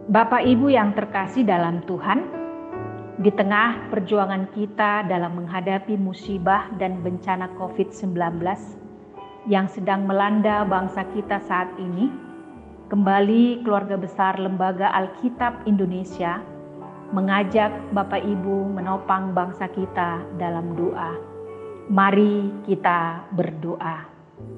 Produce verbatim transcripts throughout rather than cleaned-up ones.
Bapak Ibu yang terkasih dalam Tuhan, di tengah perjuangan kita dalam menghadapi musibah dan bencana covid sembilan belas yang sedang melanda bangsa kita saat ini, kembali keluarga besar Lembaga Alkitab Indonesia mengajak Bapak Ibu menopang bangsa kita dalam doa. Mari kita berdoa.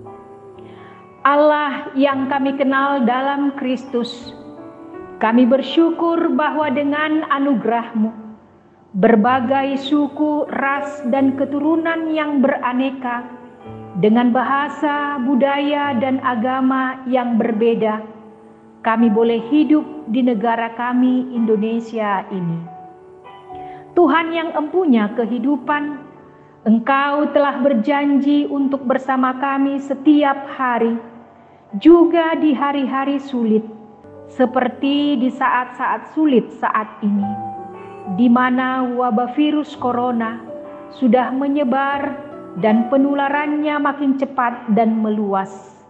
Allah yang kami kenal dalam Kristus, kami bersyukur bahwa dengan anugerah-Mu, berbagai suku, ras, dan keturunan yang beraneka, dengan bahasa, budaya, dan agama yang berbeda, kami boleh hidup di negara kami Indonesia ini. Tuhan yang empunya kehidupan, Engkau telah berjanji untuk bersama kami setiap hari, juga di hari-hari sulit, seperti di saat-saat sulit saat ini, di mana wabah virus corona sudah menyebar dan penularannya makin cepat dan meluas.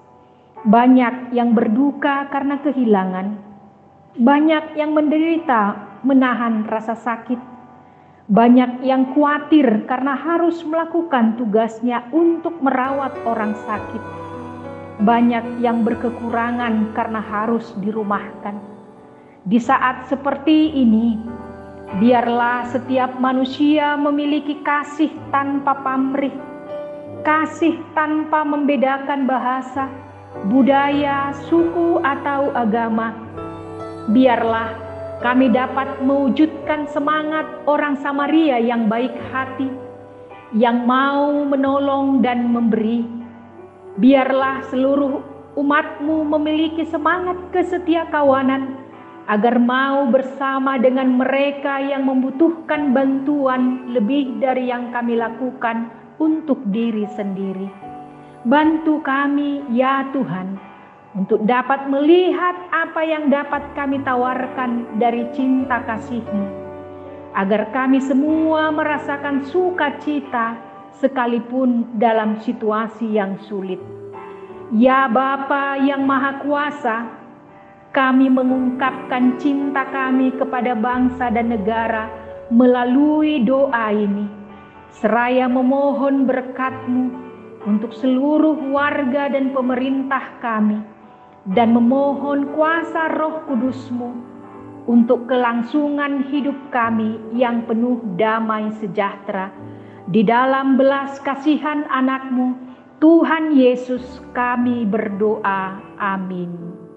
Banyak yang berduka karena kehilangan, banyak yang menderita menahan rasa sakit, banyak yang khawatir karena harus melakukan tugasnya untuk merawat orang sakit, banyak yang berkekurangan karena harus dirumahkan. Di saat seperti ini, biarlah setiap manusia memiliki kasih tanpa pamrih, kasih tanpa membedakan bahasa, budaya, suku, atau agama. Biarlah kami dapat mewujudkan semangat orang Samaria yang baik hati, yang mau menolong dan memberi. Biarlah seluruh umat-Mu memiliki semangat kesetiakawanan, agar mau bersama dengan mereka yang membutuhkan bantuan lebih dari yang kami lakukan untuk diri sendiri. Bantu kami ya Tuhan, untuk dapat melihat apa yang dapat kami tawarkan dari cinta kasih-Mu, agar kami semua merasakan sukacita sekalipun dalam situasi yang sulit. Ya Bapa yang Maha Kuasa, kami mengungkapkan cinta kami kepada bangsa dan negara melalui doa ini, seraya memohon berkat-Mu untuk seluruh warga dan pemerintah kami, dan memohon kuasa Roh Kudus-Mu untuk kelangsungan hidup kami yang penuh damai sejahtera. Di dalam belas kasihan anak-Mu, Tuhan Yesus, kami berdoa. Amin.